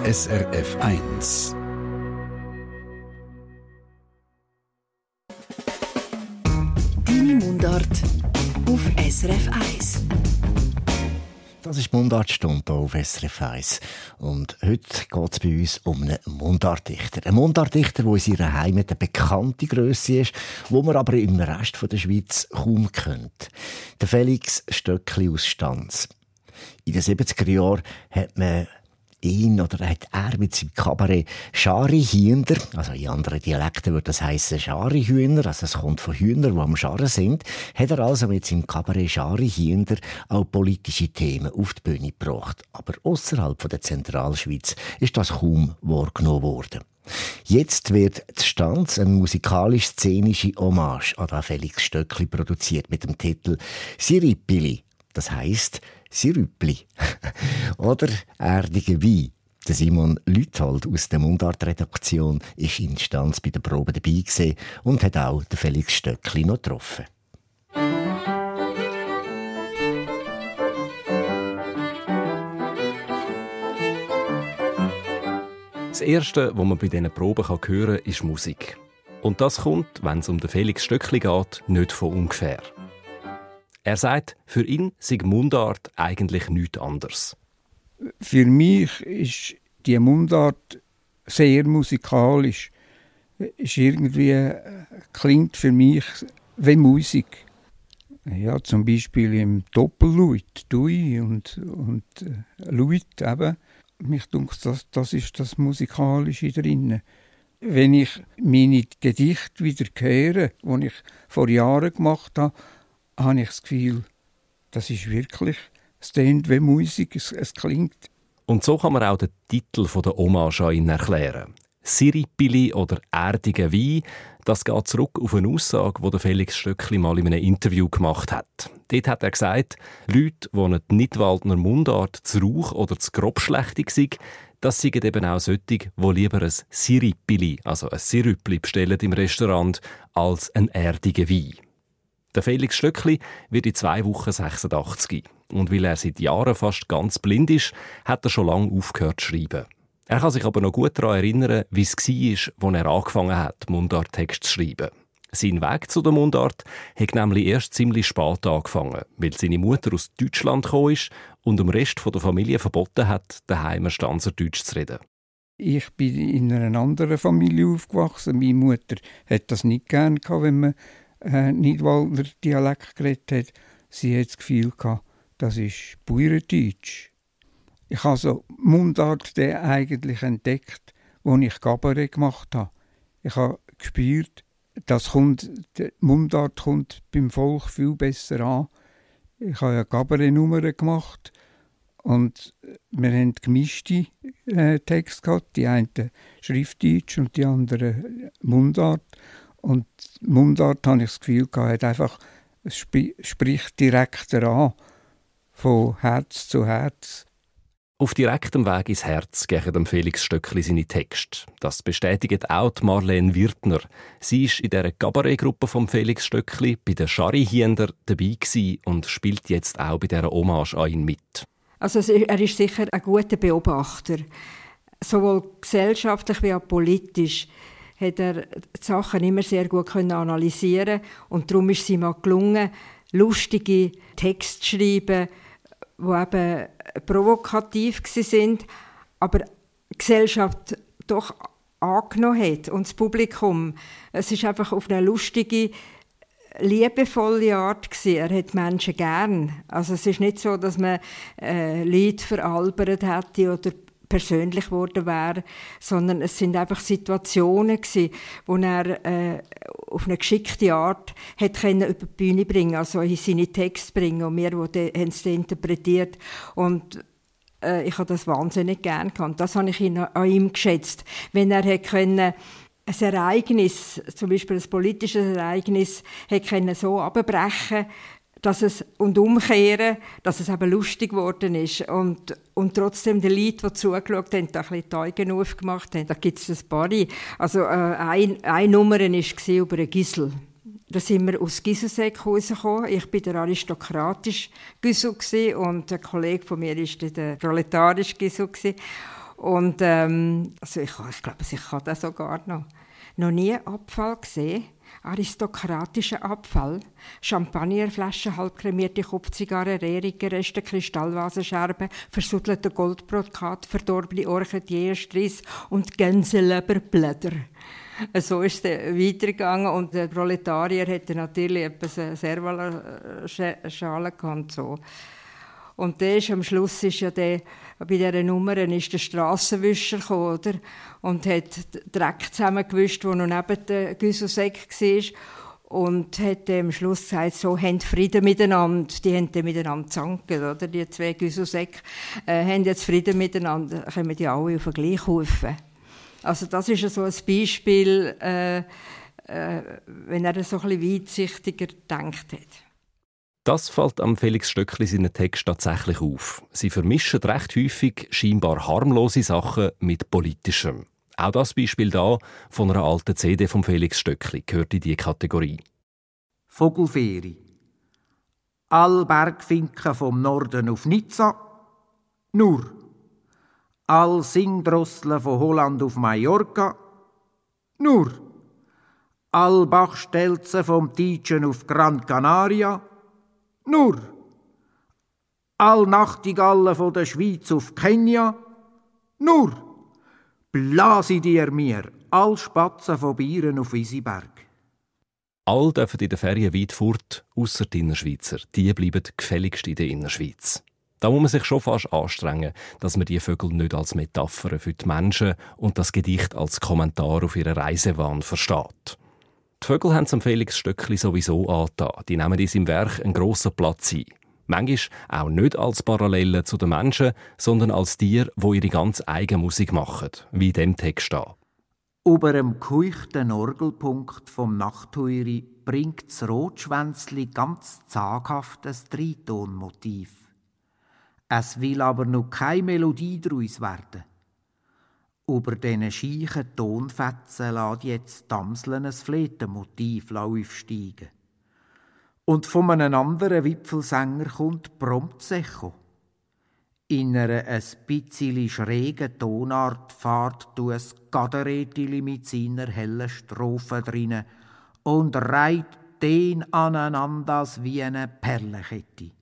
SRF 1. Deine Mundart auf SRF 1. Das ist die Mundartstunde hier auf SRF 1. Und heute geht es bei uns um einen Mundartdichter. Ein Mundartdichter, der in seiner Heimat eine bekannte Grösse ist, wo man aber im Rest der Schweiz kaum kennt. Der Felix Stöckli aus Stanz. In den 70er Jahren hat man hat er mit seinem Kabarett Schari-Hühner, also in anderen Dialekten würde das heissen Schari-Hühner, also es kommt von Hühnern, die am Scharen sind, hat er also mit seinem Kabarett Schari-Hühner auch politische Themen auf die Bühne gebracht. Aber ausserhalb der Zentralschweiz ist das kaum wahrgenommen worden. Jetzt wird die Stanz eine musikalisch-szenische Hommage an den Felix Stöckli produziert mit dem Titel «Siripili», das heisst Sirüppli oder «Erdige Wein». Der Simon Lüthold aus der Mundart-Redaktion war in Stanz bei der Probe dabei gewesen und hat auch den Felix Stöckli noch getroffen. Das Erste, was man bei diesen Proben hören kann, ist Musik. Und das kommt, wenn es um den Felix Stöckli geht, nicht von ungefähr. Er sagt, für ihn sei Mundart eigentlich nichts anderes. Für mich ist die Mundart sehr musikalisch. Ist irgendwie, klingt für mich wie Musik. Ja, zum Beispiel im Doppelluit, Dui und Luit eben. Mich dunkt, das ist das Musikalische drin. Wenn ich meine Gedichte wieder höre, die ich vor Jahren gemacht habe ich das Gefühl, das ist wirklich, es klingt wie Musik, es klingt. Und so kann man auch den Titel der Hommage an ihn erklären. «Siripili» oder «Erdige Wein», das geht zurück auf eine Aussage, die Felix Stöckli mal in einem Interview gemacht hat. Dort hat er gesagt, Leute, die eine Nidwaldner Mundart zu rauch oder zu grobschlächtig sind, das seien eben auch solche, die lieber ein «Siripili», also ein Sirüppli bestellen im Restaurant, als ein «Erdige Wein». Der Felix Stöckli wird in 2 Wochen 86. Und weil er seit Jahren fast ganz blind ist, hat er schon lange aufgehört zu schreiben. Er kann sich aber noch gut daran erinnern, wie es war, als er angefangen hat, Mundarttext zu schreiben. Sein Weg zu der Mundart hat nämlich erst ziemlich spät angefangen, weil seine Mutter aus Deutschland gekommen ist und dem Rest der Familie verboten hat, daheim Stanzerdeutsch zu reden. Ich bin in einer anderen Familie aufgewachsen. Meine Mutter hat das nicht gern gehabt, wenn man Nidwaldner Dialekt geredet hat. Sie hat das Gefühl gehabt, das ist Bauerndeutsch. Ich habe so Mundart eigentlich entdeckt, als ich Kabarett gemacht habe. Ich habe gespürt, die Mundart kommt beim Volk viel besser an. Ich habe ja Kabarettnummern gemacht und wir hatten gemischte Texte gehabt. Die einen Schriftdeutsch und die anderen Mundart. Und Mundart, habe ich das Gefühl gehabt, es spricht direkter an, von Herz zu Herz. Auf direktem Weg ins Herz gehen dem Felix Stöckli seine Texte. Das bestätigt auch Marlene Wirtner. Sie war in dieser Kabarettgruppe von Felix Stöckli bei den Schari-Hühner dabei und spielt jetzt auch bei dieser Hommage an ihn mit. Also er ist sicher ein guter Beobachter. Sowohl gesellschaftlich wie auch politisch hat er die Sachen immer sehr gut analysieren und darum ist es ihm auch gelungen, lustige Texte zu schreiben, die eben provokativ waren, aber die Gesellschaft doch angenommen hat und das Publikum. Es ist einfach auf eine lustige, liebevolle Art gewesen. Er hat Menschen gern. Also es ist nicht so, dass man Leute veralbert hätte oder persönlich geworden wäre, sondern es sind einfach Situationen gewesen, wo er auf eine geschickte Art hat über die Bühne bringen, also in seine Texte bringen und wir, die haben es interpretiert und ich habe das wahnsinnig gern gehabt. Das habe ich an ihm geschätzt, wenn er ein Ereignis, zum Beispiel ein politisches Ereignis, so abbrechen, dass es und umkehren, dass es eben lustig geworden ist und trotzdem die Leute, die zugeschaut haben, da ein bisschen die Augen aufgemacht haben. Da gibt es ein paar. Also eine Nummer war über einen Gisel. Da sind wir aus Giselsäck rausgekommen. Ich war der aristokratische Gisel und ein Kollege von mir war der proletarische Gisel. Und also ich glaube, ich habe das sogar noch nie Abfall gesehen. Aristokratischer Abfall, Champagnerflaschen, halbkremierte Kopfzigarren, Rehrige-Reste, Kristallvasenscherben, versudelte Goldbrokat, verdorbene Orchideenstriss und Gänseleberblätter. So ist es weitergegangen und der Proletarier hatte natürlich etwas Servala-Schale gehabt. So. Und am Schluss ist ja bei dieser Nummer ist der Strassenwischer gekommen, oder? Und hat Dreck zusammengewischt, der noch neben dem Güsselsäck war. Und hat am Schluss gesagt, so, habt Frieden miteinander. Die haben dann miteinander gezankt, oder? Die zwei Güsselsäcke haben jetzt Frieden miteinander, kommen die alle auf den gleichen Haufen. Also das ist ja so ein Beispiel, wenn er so ein bisschen weitsichtiger gedacht hat. Das fällt am Felix Stöckli seinen Text tatsächlich auf. Sie vermischen recht häufig scheinbar harmlose Sachen mit politischem. Auch das Beispiel da von einer alten CD von Felix Stöckli gehört in diese Kategorie. Vogelferi. All Bergfinken vom Norden auf Nizza. Nur. All Singdrosseln von Holland auf Mallorca. Nur. All Bachstelzen vom Tietjen auf Gran Canaria. Nur. All Nachtigallen von der Schweiz auf Kenia. Nur. Blase dir mir, all Spatzen von Bieren auf Isiberg. All dürfen in den Ferien weit fort, ausser die Innerschweizer. Die bleiben gefälligst in der Innerschweiz. Da muss man sich schon fast anstrengen, dass man die Vögel nicht als Metapher für die Menschen und das Gedicht als Kommentar auf ihren Reisewahn versteht. Die Vögel haben es am Felix Stöckli sowieso angetan. Die nehmen in seinem Werk einen grossen Platz ein. Manchmal auch nicht als Parallele zu den Menschen, sondern als Tiere, die ihre ganz eigene Musik machen, wie in diesem Text da. Über dem geheuchten Orgelpunkt vom Nachthuiri bringt das Rotschwänzli ganz zaghaftes Tritonmotiv. Es will aber noch keine Melodie daraus werden. Über diesen scheichen Tonfetzen lässt jetzt Damseln ein Flötenmotiv aufsteigen. Und von einem anderen Wipfelsänger kommt prompt das Echo. In einer ein bisschen schrägen Tonart fährt du ein Gaderätili mit seiner hellen Strophe drinnen und reiht den aneinander wie eine Perlenkette.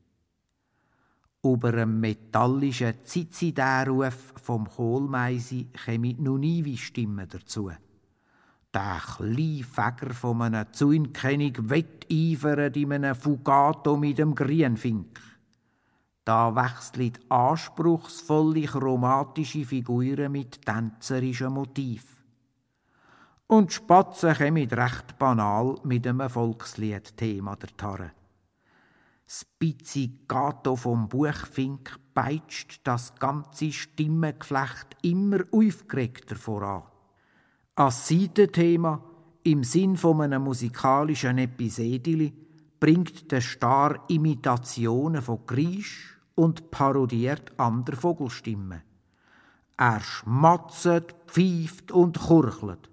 Über einem metallischen Zizidärruf vom Kohlmeisi käme noch nie Stimme dazu. Der kleine Fäger von einem Zäunkönig wetteifert in einem Fugato mit dem Grünfink. Da wechseln anspruchsvolle chromatische Figuren mit tänzerischem Motiv. Und die Spatzen kommen recht banal mit einem Volkslied-Thema der Tarre. Das Pizzicato vom Buchfink peitscht das ganze Stimmengeflecht immer aufgeregter voran. Als Seitenthema, im Sinn von einem musikalischen Episedili, bringt der Star Imitationen von Griech und parodiert andere Vogelstimmen. Er schmatzt, pfeift und kurchelt.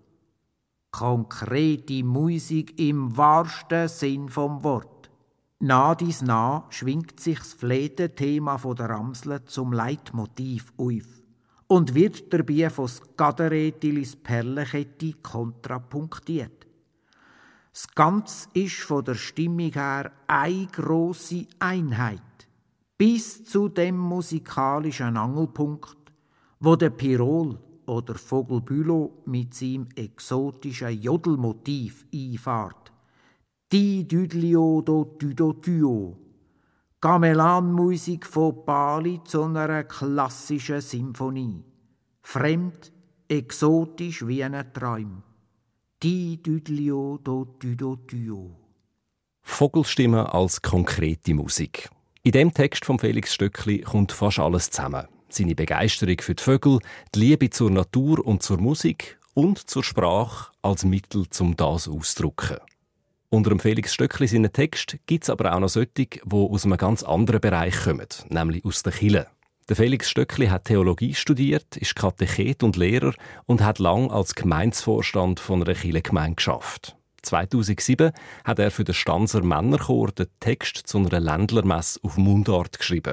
Konkrete Musik im wahrsten Sinn vom Wort. Nah dies nah schwingt sich das Flötenthema der Ramsle zum Leitmotiv auf und wird dabei von Gaderätilis Perlenkette kontrapunktiert. Das Ganze ist von der Stimmung her eine grosse Einheit, bis zu dem musikalischen Angelpunkt, wo der Pirol oder Vogelbülow mit seinem exotischen Jodelmotiv einfahrt. Di Düdlio do Düdotüo. Gamelanmusik von Bali zu einer klassischen Symphonie. Fremd, exotisch wie ein Traum. Di Düdlio do Düdotüo. Vogelstimmen als konkrete Musik. In dem Text von Felix Stöckli kommt fast alles zusammen. Seine Begeisterung für die Vögel, die Liebe zur Natur und zur Musik und zur Sprache als Mittel, um das auszudrücken. Unter dem Felix Stöckli seinen Text gibt es aber auch noch solche, die aus einem ganz anderen Bereich kommen, nämlich aus der Kirche. Der Felix Stöckli hat Theologie studiert, ist Katechet und Lehrer und hat lange als Gemeindevorstand von einer Kirchengemeinde geschafft. 2007 hat er für den Stanzer Männerchor den Text zu einer Ländlermesse auf Mundart geschrieben.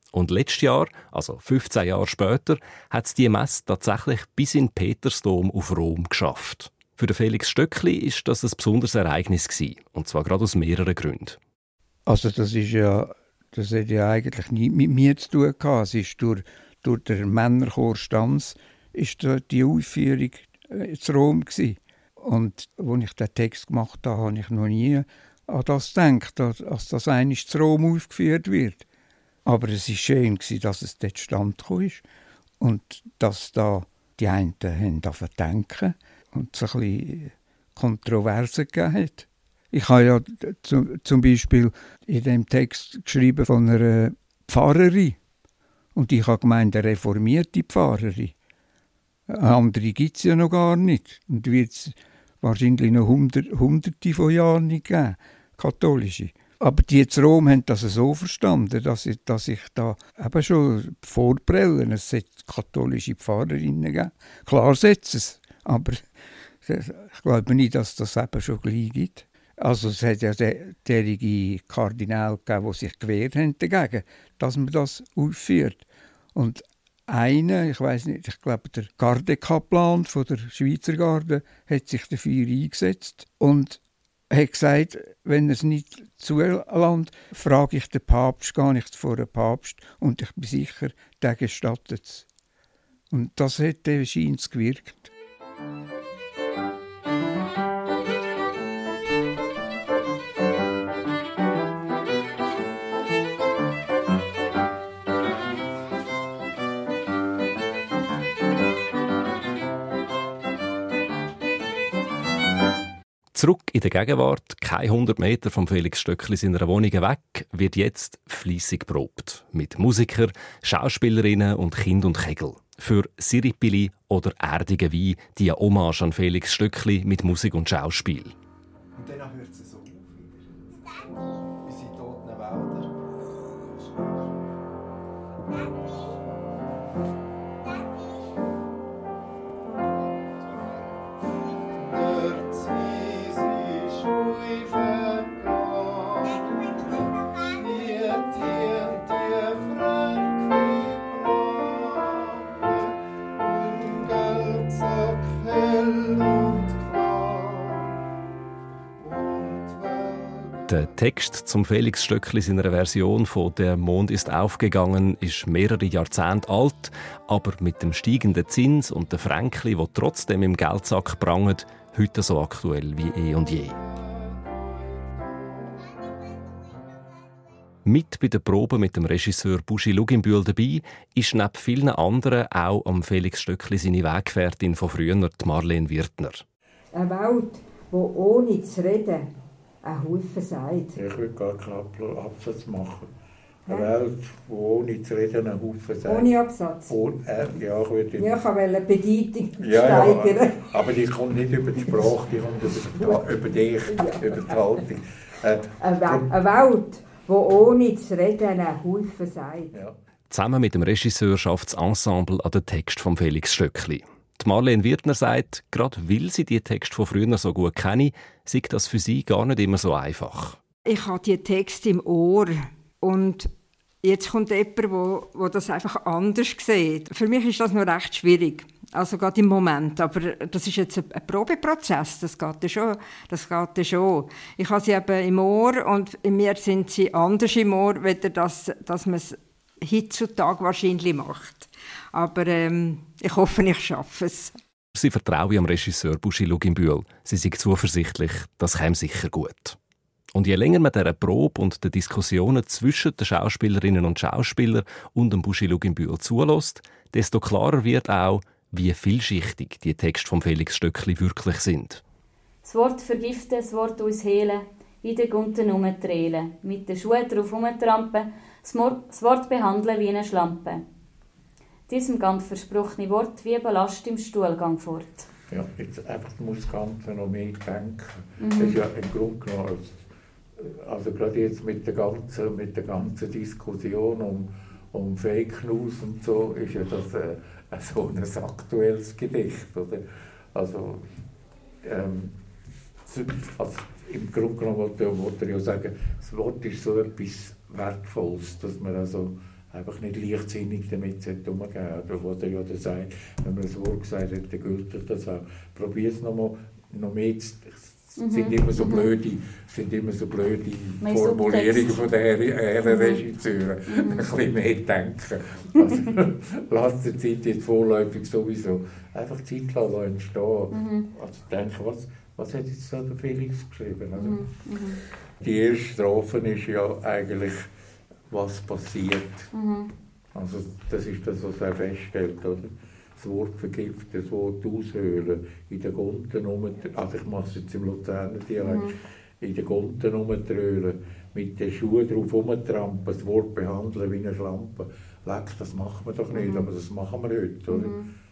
Und letztes Jahr, also 15 Jahre später, hat es die Messe tatsächlich bis in Petersdom auf Rom geschafft. Für den Felix Stöckli war das ein besonderes Ereignis gewesen, und zwar gerade aus mehreren Gründen. Also das hat ja eigentlich nichts mit mir zu tun gehabt. Es ist durch den Männerchor Stanz ist die Aufführung zu Rom gewesen. Und als ich den Text gemacht habe, habe ich noch nie an das gedacht, dass das einmal zu Rom aufgeführt wird. Aber es war schön, dass es dort zustande gekommen ist und dass da die einen haben denken und es ein bisschen Kontroversen gegeben hat. Ich habe ja zum Beispiel in dem Text geschrieben von einer Pfarrerin und ich habe gemeint, eine reformierte Pfarrerin. Eine andere gibt es ja noch gar nicht und wird es wahrscheinlich noch hunderte von Jahren nicht geben, katholische. Aber die in Rom haben das so verstanden, dass ich da eben schon vorprellen. Es sollte katholische Pfarrerinnen geben. Klar setzt es, aber ich glaube nicht, dass das eben schon gleich gibt. Also es hat ja derige Kardinäle gegeben, die sich gewehrt haben dagegen, dass man das aufführt. Und einer, ich weiß nicht, ich glaube der Gardekaplan von der Schweizer Garde hat sich dafür eingesetzt und hat gesagt, wenn er es nicht zulässt, frage ich den Papst, gehe ich vor den Papst und ich bin sicher, der gestattet es. Und das hat scheint gewirkt. Zurück in der Gegenwart, keine 100 Meter vom Felix Stöckli seiner Wohnung weg, wird jetzt fleissig probt. Mit Musikern, Schauspielerinnen und Kind und Kegel. Für Siripili oder Erdige Wein, die Hommage an Felix Stöckli mit Musik und Schauspiel. Und dann hört es so auf wieder. Unsere toten Wälder. Der Text zum Felix Stöckli seiner Version von «Der Mond ist aufgegangen» ist mehrere Jahrzehnte alt, aber mit dem steigenden Zins und den Fränkli, die trotzdem im Geldsack prangen, heute so aktuell wie eh und je. Mit bei der Probe mit dem Regisseur Buschi Luginbühl dabei ist neben vielen anderen auch am Felix Stöckli seine Weggefährtin von früher, die Marlene Wirtner. Eine Welt, die ohne zu reden ein Haufen sagt. Ich würde gar keinen Absatz machen. Eine Welt, die ohne zu reden einen Haufen sagt. Ohne Absatz? Ja, ich würde... Ja, ich wollte die Bedeutung steigern. Ja, aber die kommt nicht über die Sprache, die kommt über dich, über die Haltung. Eine Welt, die ohne zu reden einen Haufen sagt. Ja. Zusammen mit dem Regisseur schafft das Ensemble an den Text von Felix Stöckli. Die Marlene Wirtner sagt, gerade weil sie die Texte von früher so gut kenne, sei das für sie gar nicht immer so einfach. Ich habe die Texte im Ohr und jetzt kommt jemand, der das einfach anders sieht. Für mich ist das noch recht schwierig, also gerade im Moment. Aber das ist jetzt ein Probeprozess, das geht ja schon. Ich habe sie eben im Ohr und in mir sind sie anders im Ohr, dass man es heutzutage wahrscheinlich macht. Aber ich hoffe, ich schaffe es. Sie vertraue am Regisseur Buschi Luginbühl. Sie sei zuversichtlich, das käme sicher gut. Und je länger man dieser Probe und den Diskussionen zwischen den Schauspielerinnen und Schauspielern und dem Buschi Luginbühl zulässt, desto klarer wird auch, wie vielschichtig die Texte von Felix Stöckli wirklich sind. Das Wort vergiften, das Wort uns hehlen, wie den Gunten umdrehen, mit den Schuhen drauf umtrampen, das Wort behandeln wie eine Schlampe. Diesem ganz versprochene Wort wie Ballast im Stuhlgang fort. Ja, jetzt einfach, du musst das Ganze noch mehr denken. Das ist ja im Grunde genommen, also gerade jetzt mit der ganzen Diskussion um Fake News und so, ist ja das so ein aktuelles Gedicht, oder? Also im Grunde genommen wollte er ja sagen, das Wort ist so etwas Wertvolles, dass man also einfach nicht leichtsinnig damit umgehen. Oder was er ja da sagt, wenn man ein Wort gesagt hat, dann gilt das auch. Probier es noch mehr sind immer so blöde Formulierungen von den Herren Regisseuren. Ein bisschen mehr denken. Also, lasst die Zeit jetzt vorläufig sowieso einfach Zeit lassen entstehen. Also denken, was hat jetzt da der Felix geschrieben? Also, die erste Strophe ist ja eigentlich, was passiert. Also das ist das, was er feststellt, oder? Das Wort vergiften, das Wort aushöhlen, in den Gunten also ich mache es jetzt im Luzerner Dialekt, in den Gunten rumtrölen, mit den Schuhen drauf rumtrampen, das Wort behandeln wie eine Schlampe. Leck, das machen wir doch nicht, aber das machen wir heute, oder?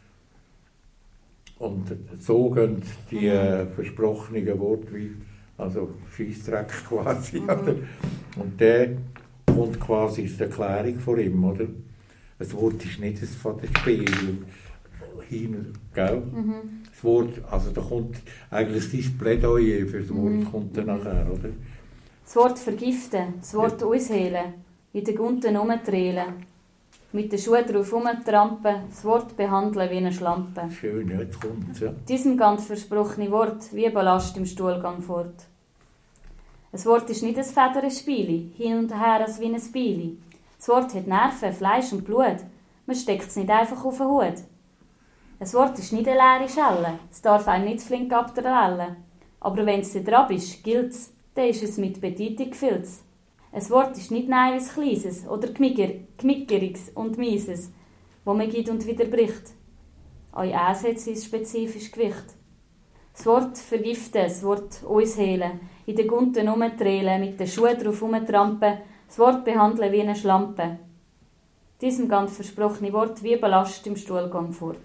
Und so gehen die versprochenen Worte wie, also Scheissdreck quasi, oder? Und der kommt quasi als Erklärung von ihm, oder? Das Wort ist nicht das von dem Spiel hin, gell? Das Wort, also da kommt eigentlich das Plädoyer für das Wort kommt dann nachher, oder? Das Wort vergiften, das Wort aushehlen, in den Gunten rumtrailen, mit den Schuhen drauf rumtrampen, das Wort behandeln wie eine Schlampe. Schön, ja, jetzt kommt's, ja. Diesem ganz versprochene Wort wie Ballast im Stuhlgang fort. Ein Wort ist nicht ein Federenspiel, hin und her als wie ein Beili. Das Wort hat Nerven, Fleisch und Blut. Man steckt es nicht einfach auf den Hut. Ein Wort ist nicht eine leere Schelle. Es darf einen nicht flink abtrellen. Aber wenn es dran ist, gilt's. Dann ist es mit Bedeutung gefüllt. Ein Wort ist nicht nein etwas Kleines oder Kmickeriges und Mieses, wo man gibt und wieder bricht. Auch es hat sein spezifisches Gewicht. Das Wort vergiften, das Wort aushehlen, in den Gunten rumtrailen, mit den Schuhen drauf rumtrampen, das Wort behandeln wie eine Schlampe. Diesem ganz versprochene Wort wie Ballast im Stuhlgang fort.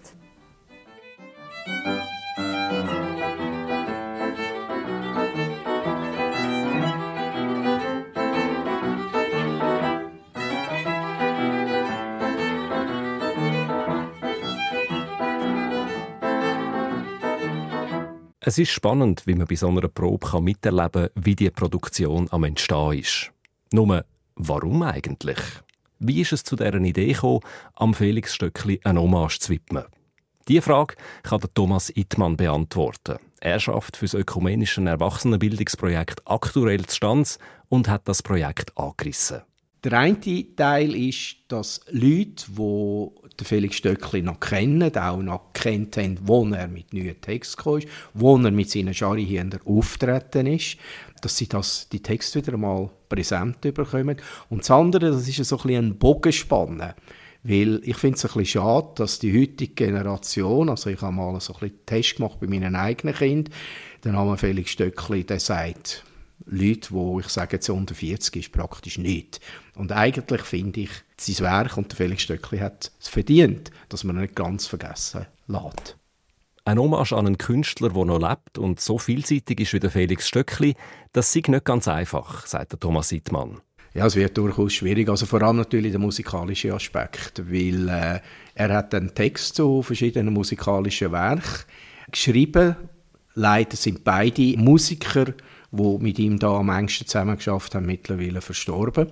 Es ist spannend, wie man bei so einer Probe miterleben kann, wie die Produktion am Entstehen ist. Nur, warum eigentlich? Wie ist es zu dieser Idee gekommen, am Felix Stöckli eine Hommage zu widmen? Diese Frage kann der Thomas Ittmann beantworten. Er schafft für das ökumenische Erwachsenenbildungsprojekt «Aktuell Stanz» und hat das Projekt angerissen. Der eine Teil ist, dass Leute, die den Felix Stöckli noch kennen, auch noch gekannt haben, wo er mit neuen Texten gekommen ist, wo er mit seinen Scharihinder auftreten ist, dass sie die Texte wieder einmal präsent bekommen. Und das andere, das ist so ein bisschen ein Bogenspannen. Weil ich finde es ein bisschen schade, dass die heutige Generation, also ich habe mal so ein bisschen Test gemacht bei meinen eigenen Kindern, dann haben wir Felix Stöckli, der sagt, Leute, die, ich sage jetzt unter 40, ist praktisch nicht. Und eigentlich finde ich, sein Werk und der Felix Stöckli hat es verdient, dass man ihn nicht ganz vergessen lässt. Ein Hommage an einen Künstler, der noch lebt und so vielseitig ist wie der Felix Stöckli, das sei nicht ganz einfach, sagt der Thomas Ittmann. Ja, es wird durchaus schwierig, also vor allem natürlich der musikalische Aspekt, weil er hat einen Text zu verschiedenen musikalischen Werken geschrieben. Leider sind beide Musiker, die mit ihm da am engsten zusammengearbeitet haben, mittlerweile verstorben.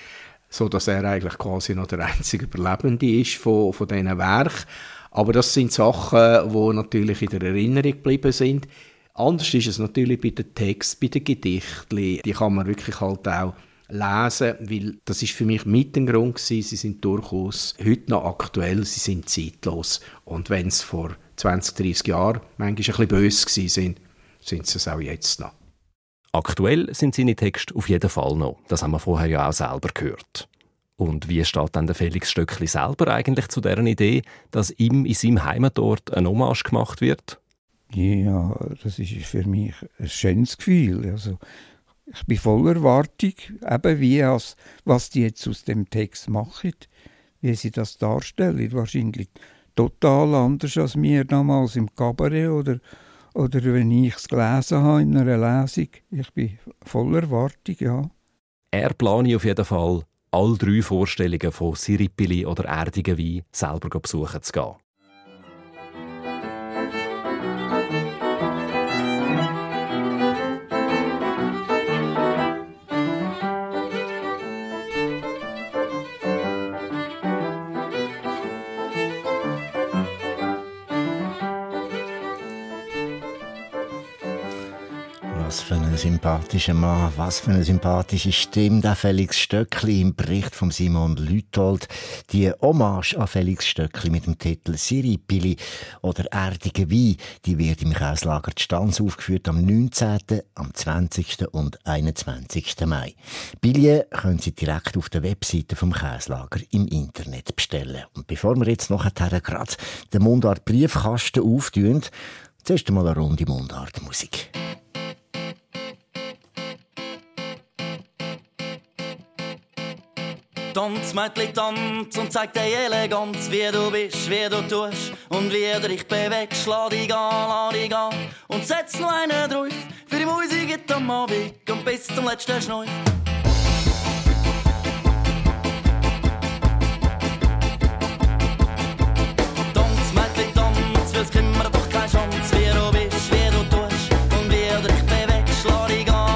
So dass er eigentlich quasi noch der einzige Überlebende ist von diesen Werken. Aber das sind Sachen, die natürlich in der Erinnerung geblieben sind. Anders ist es natürlich bei den Texten, bei den Gedichten. Die kann man wirklich halt auch lesen, weil das ist für mich mit ein Grund gewesen. Sie sind durchaus heute noch aktuell, sie sind zeitlos. Und wenn es vor 20, 30 Jahren manchmal ein bisschen böse gewesen sind sie es auch jetzt noch. Aktuell sind seine Texte auf jeden Fall noch. Das haben wir vorher ja auch selber gehört. Und wie steht dann der Felix Stöckli selber eigentlich zu dieser Idee, dass ihm in seinem Heimatort eine Hommage gemacht wird? Ja, das ist für mich ein schönes Gefühl. Also, ich bin voller Erwartung, eben was die jetzt aus dem Text machen, wie sie das darstellen. Wahrscheinlich total anders als wir damals im Kabarett oder wenn ich es gelesen habe in einer Lesung. Ich bin voller Erwartung, ja. Er plane auf jeden Fall, alle 3 Vorstellungen von Siripili oder Erdigen Wein selber besuchen zu gehen. Was für ein sympathischer Mann, was für eine sympathische Stimme, der Felix Stöckli im Bericht von Simon Lütold. Die Hommage an Felix Stöckli mit dem Titel «Siripili» oder «Erdige Wein», die wird im Käslager Stanz aufgeführt am 19., am 20. und 21. Mai. Billets können Sie direkt auf der Webseite vom Käslager im Internet bestellen. Und bevor wir jetzt nachher gerade den Mundart-Briefkasten auftun, zuerst einmal eine Runde Mundart-Musik. Tanz, Mädchen, tanz und zeig dir Eleganz, wie du bist, wie du tust und wie du dich bewegst. Lass dich an und setz noch einen drauf für die Musik am Abend und bis zum letzten Schneuf. Tanz, Mädchen, tanz, weil es kümmert doch keine Chance, wie du bist, wie du tust und wie du dich bewegst. Lass dich an.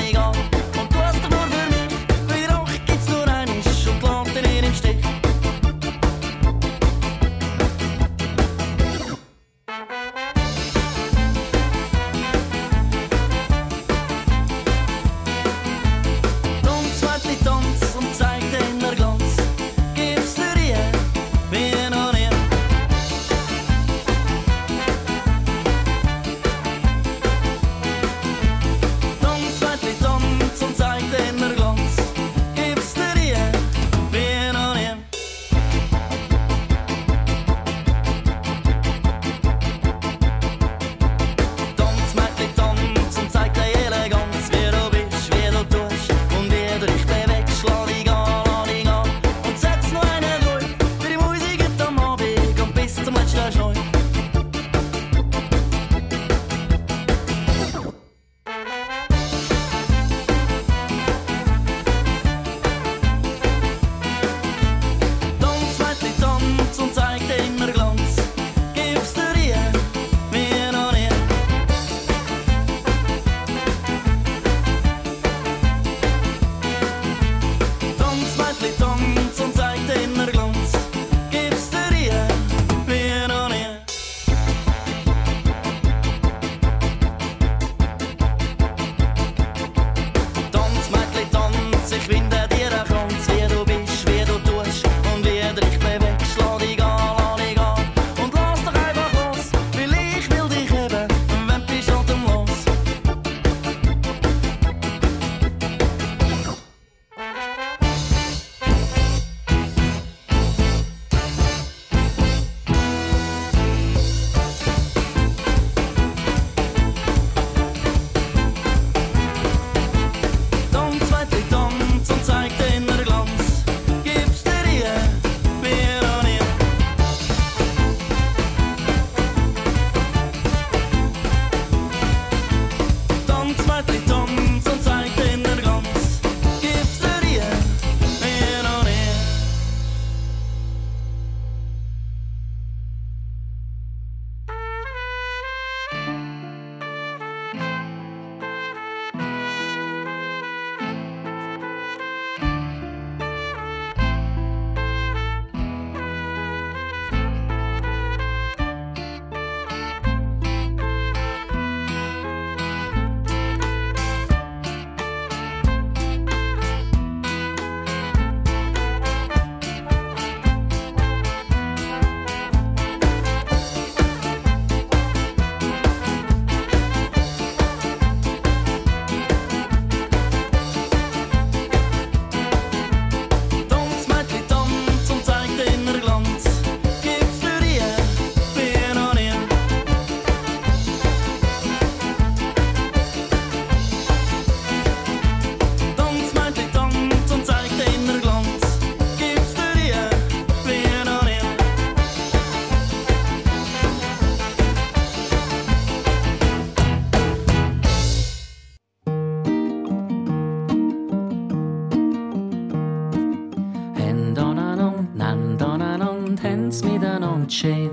schön.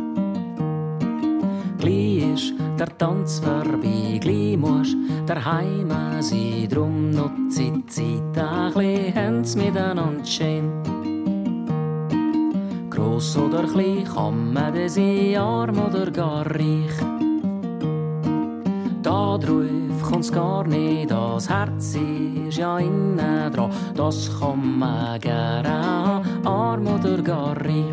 Gleich ist der Tanz vorbei, gleich musst daheim sein, drum nutze ich die Zeit ein bisschen, hab's miteinander schön. Gross oder klein, kann man sein, arm oder gar reich. Da drauf kommt's gar nicht, das Herz ist ja innen dran. Das kann man gerne haben, arm oder gar reich.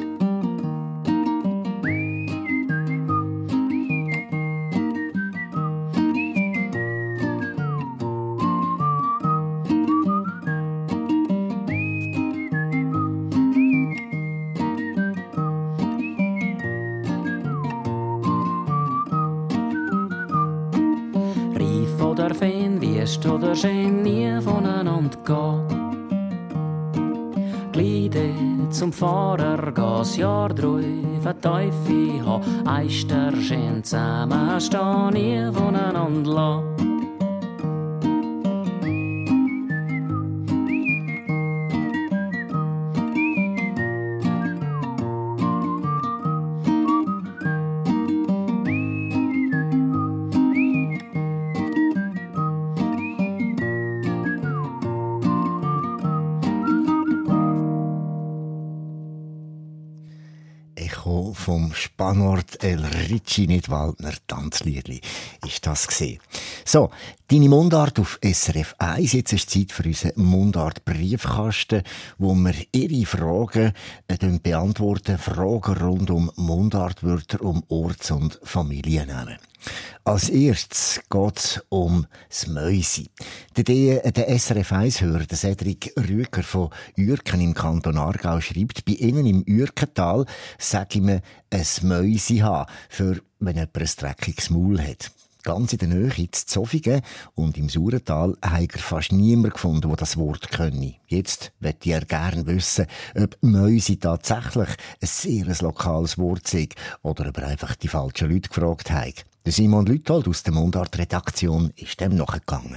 Oder Fan, Wüst oder schön, nie voneinander gehen. Gliede zum Fahrer, gas Jahr drauf, ein Teufel ha, Eister schön zusammenstehen, nie voneinander lassen. Vom Spanort El Ricci Nidwaldner Tanzliedli ist das gesehen. So, deine Mundart auf SRF 1. Jetzt ist Zeit für unseren Mundart-Briefkasten, wo wir Ihre Fragen beantworten. Fragen rund um Mundartwörter, um Orts- und Familiennamen. Als erstes geht es um das Mäusi. Der SRF 1-Hörer, der Cedric Rüeger von Uerken im Kanton Aargau, schreibt, bei Ihnen im Uerkental sage ich mir ein Mäusi haben, für wenn jemand ein dreckiges Maul hat. Ganz in der Nähe, in Zofingen und im Saurental, hat er fast niemand gefunden, der das Wort könne. Jetzt möchte er gerne wissen, ob Mäusi tatsächlich ein sehr lokales Wort ist oder ob er einfach die falschen Leute gefragt hat. Der Simon Lüthold aus der Mundart-Redaktion ist dem nachgegangen.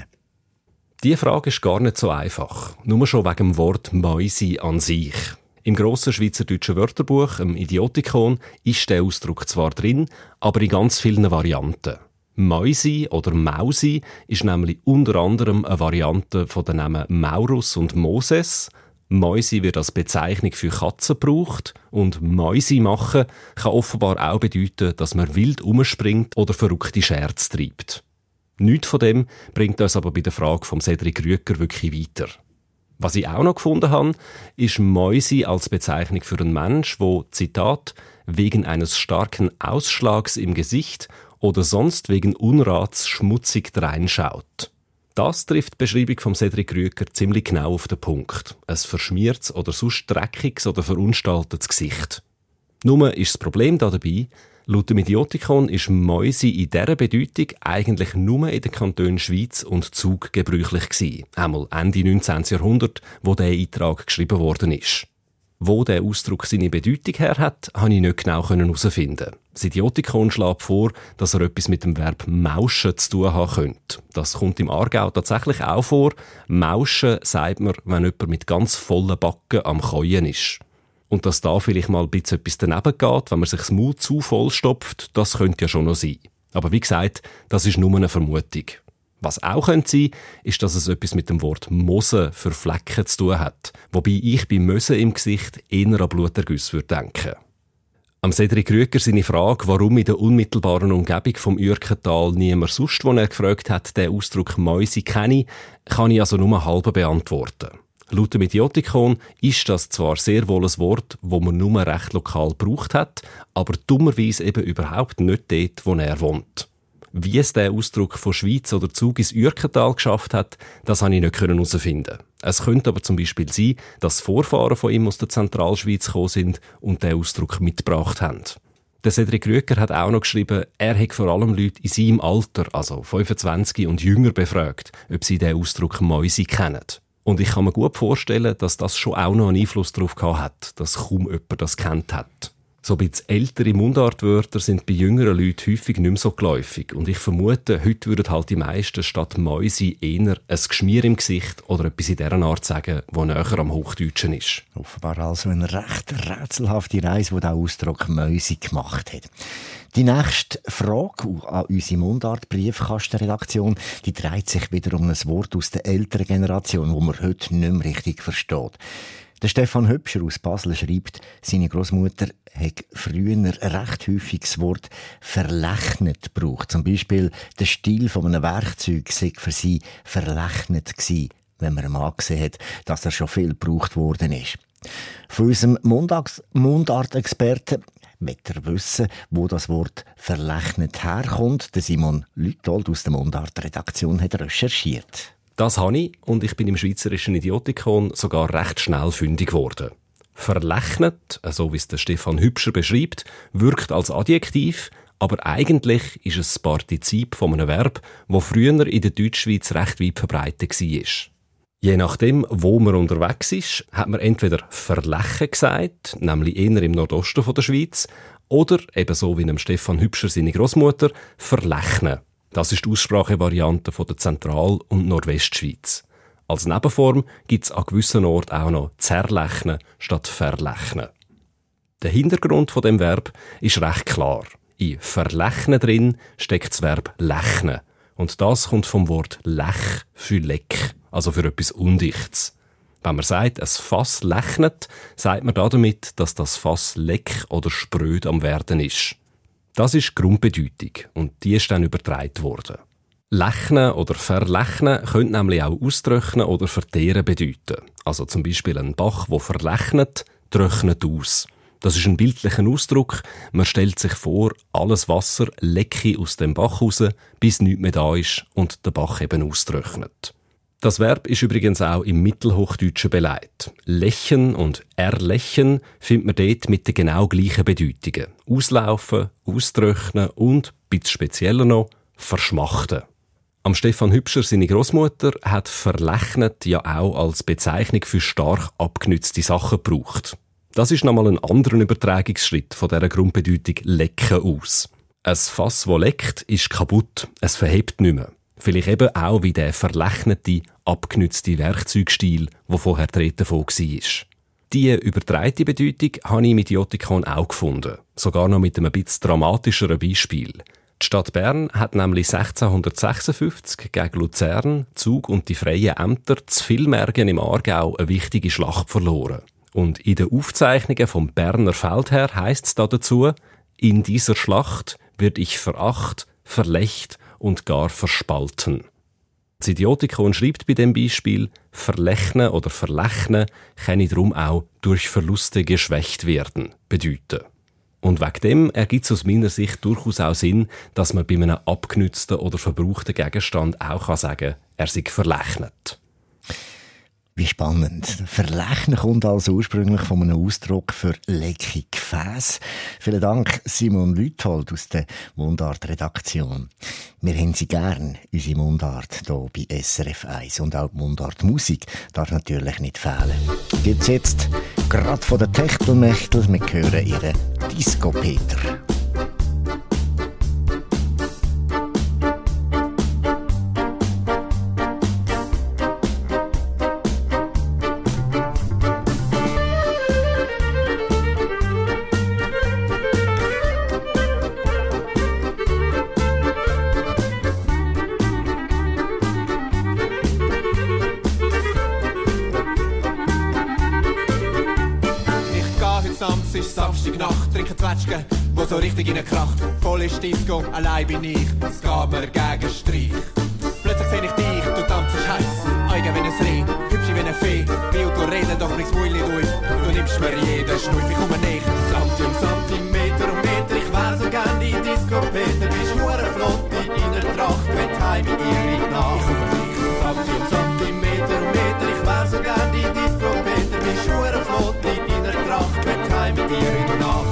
Diese Frage ist gar nicht so einfach. Nur schon wegen dem Wort Mäusi an sich. Im grossen schweizerdeutschen Wörterbuch, im Idiotikon, ist der Ausdruck zwar drin, aber in ganz vielen Varianten. Mäusi oder Mausi ist nämlich unter anderem eine Variante von den Namen Maurus und Moses. Mäusi wird als Bezeichnung für Katzen gebraucht und Mäusi machen kann offenbar auch bedeuten, dass man wild umspringt oder verrückte Scherze treibt. Nichts von dem bringt uns aber bei der Frage vom Cedric Rüeger wirklich weiter. Was ich auch noch gefunden habe, ist Mäusi als Bezeichnung für einen Mensch, der, Zitat, wegen eines starken Ausschlags im Gesicht oder sonst wegen Unrats schmutzig dreinschaut. Das trifft die Beschreibung von Cedric Rüeger ziemlich genau auf den Punkt. Ein verschmiertes oder sonst dreckiges oder verunstaltetes Gesicht. Nur ist das Problem dabei, laut dem Idiotikon ist Mäusi in dieser Bedeutung eigentlich nur in den Kantonen Schweiz und Zug gebräuchlich gewesen. Einmal Ende 19. Jahrhundert, wo dieser Eintrag geschrieben worden ist. Wo der Ausdruck seine Bedeutung her hat, konnte ich nicht genau herausfinden. Das Idiotikon schlägt vor, dass er etwas mit dem Verb mauschen zu tun haben könnte. Das kommt im Aargau tatsächlich auch vor. Mauschen sagt man, wenn jemand mit ganz vollen Backen am Käuen ist. Und dass da vielleicht mal ein bisschen etwas daneben geht, wenn man sich das Maul zu voll stopft, das könnte ja schon noch sein. Aber wie gesagt, das ist nur eine Vermutung. Was auch könnte sein, ist, dass es etwas mit dem Wort Mose für Flecken zu tun hat. Wobei ich bei Möse im Gesicht eher an Blutergüsse denken würde. Am Cedric Rüeger seine Frage, warum in der unmittelbaren Umgebung vom Uerkental niemand sonst, den er gefragt hat, den Ausdruck Mäusi kenne, kann ich also nur halb beantworten. Laut dem Idiotikon ist das zwar sehr wohl ein Wort, das man nur recht lokal gebraucht hat, aber dummerweise eben überhaupt nicht dort, wo er wohnt. Wie es der Ausdruck von Schweiz oder Zug ins Uerkental geschafft hat, das konnte ich nicht herausfinden. Es könnte aber zum Beispiel sein, dass Vorfahren von ihm aus der Zentralschweiz gekommen sind und den Ausdruck mitgebracht haben. Der Cedric Rüeger hat auch noch geschrieben, er hätte vor allem Leute in seinem Alter, also 25 und jünger, befragt, ob sie den Ausdruck Mäusi kennen. Und ich kann mir gut vorstellen, dass das schon auch noch einen Einfluss darauf gehabt hat, dass kaum jemand das kennt hat. So ein bisschen ältere Mundartwörter sind bei jüngeren Leuten häufig nicht mehr so geläufig. Und ich vermute, heute würden halt die meisten statt Mäusi eher ein Geschmier im Gesicht oder etwas in dieser Art sagen, das näher am Hochdeutschen ist. Offenbar also eine recht rätselhafte Reise, die der Ausdruck Mäusi gemacht hat. Die nächste Frage an unsere Mundart-Briefkastenredaktion, die dreht sich wieder um ein Wort aus der älteren Generation, das man heute nicht mehr richtig versteht. Der Stefan Hübscher aus Basel schreibt, seine Großmutter hat früher recht häufig das Wort «verlechnet» gebraucht. Zum Beispiel der Stil von einem Werkzeug sei für sie verlechnet gewesen, wenn man einem angesehen hat, dass er schon viel gebraucht worden ist. Von unserem Mundartexperten möchte er wissen, wo das Wort «verlechnet» herkommt. Der Simon Lüthold aus der Mundart-Redaktion hat recherchiert. Das habe ich und ich bin im Schweizerischen Idiotikon sogar recht schnell fündig geworden. Verlechnet, so wie es der Stefan Hübscher beschreibt, wirkt als Adjektiv, aber eigentlich ist es das Partizip von einem Verb, das früher in der Deutschschweiz recht weit verbreitet war. Je nachdem, wo man unterwegs ist, hat man entweder verlechen gesagt, nämlich eher im Nordosten der Schweiz, oder ebenso wie dem Stefan Hübscher seine Großmutter, verlechnen. Das ist die Aussprachevariante von der Zentral- und Nordwestschweiz. Als Nebenform gibt es an gewissen Orten auch noch zerlechnen statt verlechnen. Der Hintergrund von dem Verb ist recht klar. In verlechnen drin steckt das Verb lechnen. Und das kommt vom Wort lech für leck, also für etwas Undichtes. Wenn man sagt, ein Fass lechnet, sagt man damit, dass das Fass leck oder spröd am Werden ist. Das ist die Grundbedeutung und die ist dann übertragen worden. Lechnen oder verlechnen könnte nämlich auch austrocknen oder verteeren bedeuten. Also zum Beispiel ein Bach, der verlechnet, trocknet aus. Das ist ein bildlicher Ausdruck. Man stellt sich vor, alles Wasser lecke aus dem Bach raus, bis nichts mehr da ist und der Bach eben austrocknet. Das Verb ist übrigens auch im Mittelhochdeutschen beleidigt. Lechen und erlechen findet man dort mit den genau gleichen Bedeutungen. Auslaufen, austrocknen und, ein bisschen spezieller noch, verschmachten. Am Stefan Hübscher, seine Großmutter, hat verlechnet ja auch als Bezeichnung für stark abgenützte Sachen gebraucht. Das ist nochmal ein anderer Übertragungsschritt von dieser Grundbedeutung lecken aus. Ein Fass, das leckt, ist kaputt, es verhebt nicht mehr. Vielleicht eben auch wie der verlechnete, abgenützte Werkzeugstil, der vorher die Rede davon war. Diese übertreite Bedeutung habe ich mit Idiotikon auch gefunden. Sogar noch mit einem etwas dramatischeren Beispiel. Die Stadt Bern hat nämlich 1656 gegen Luzern, Zug und die freien Ämter zu Villmergen im Aargau eine wichtige Schlacht verloren. Und in den Aufzeichnungen vom Berner Feldherr heisst es dazu: In dieser Schlacht wird ich veracht, verlecht und gar verspalten. Das Idiotikon schreibt bei dem Beispiel, verlechnen oder verlechnen kann darum auch durch Verluste geschwächt werden bedeuten. Und wegen dem ergibt es aus meiner Sicht durchaus auch Sinn, dass man bei einem abgenützten oder verbrauchten Gegenstand auch sagen kann, er sei verlechnet. Wie spannend. Verlechnen kommt also ursprünglich von einem Ausdruck für leckig Gefäß. Vielen Dank, Simon Lüthold aus der Mundart-Redaktion. Wir haben Sie gern, unsere Mundart, hier bei SRF 1. Und auch die Mundart-Musik darf natürlich nicht fehlen. Gibt's jetzt gerade von der Techtelmechtel, wir hören ihren Disco-Peter. Wo so richtig reinkracht, voll ist Disco, allein bin ich, es geht mir gegen Streich. Plötzlich seh ich dich, du tanzt heiß, Augen wie ein Reh, hübsch wie eine Fee, will du reden, doch nichts Mäuli durch, du nimmst mir jeden Schnuff, ich komme nicht, Santi um Zentimeter um Meter, ich wär so gern die Disco-Peter, bist nur flott in deiner Tracht, wenn die heim mit dir in die Nacht. Santi um Zentimeter um Meter, ich wär so gern die Disco-Peter, bist nur flott in deiner Tracht, wenn die heim mit dir in die Nacht.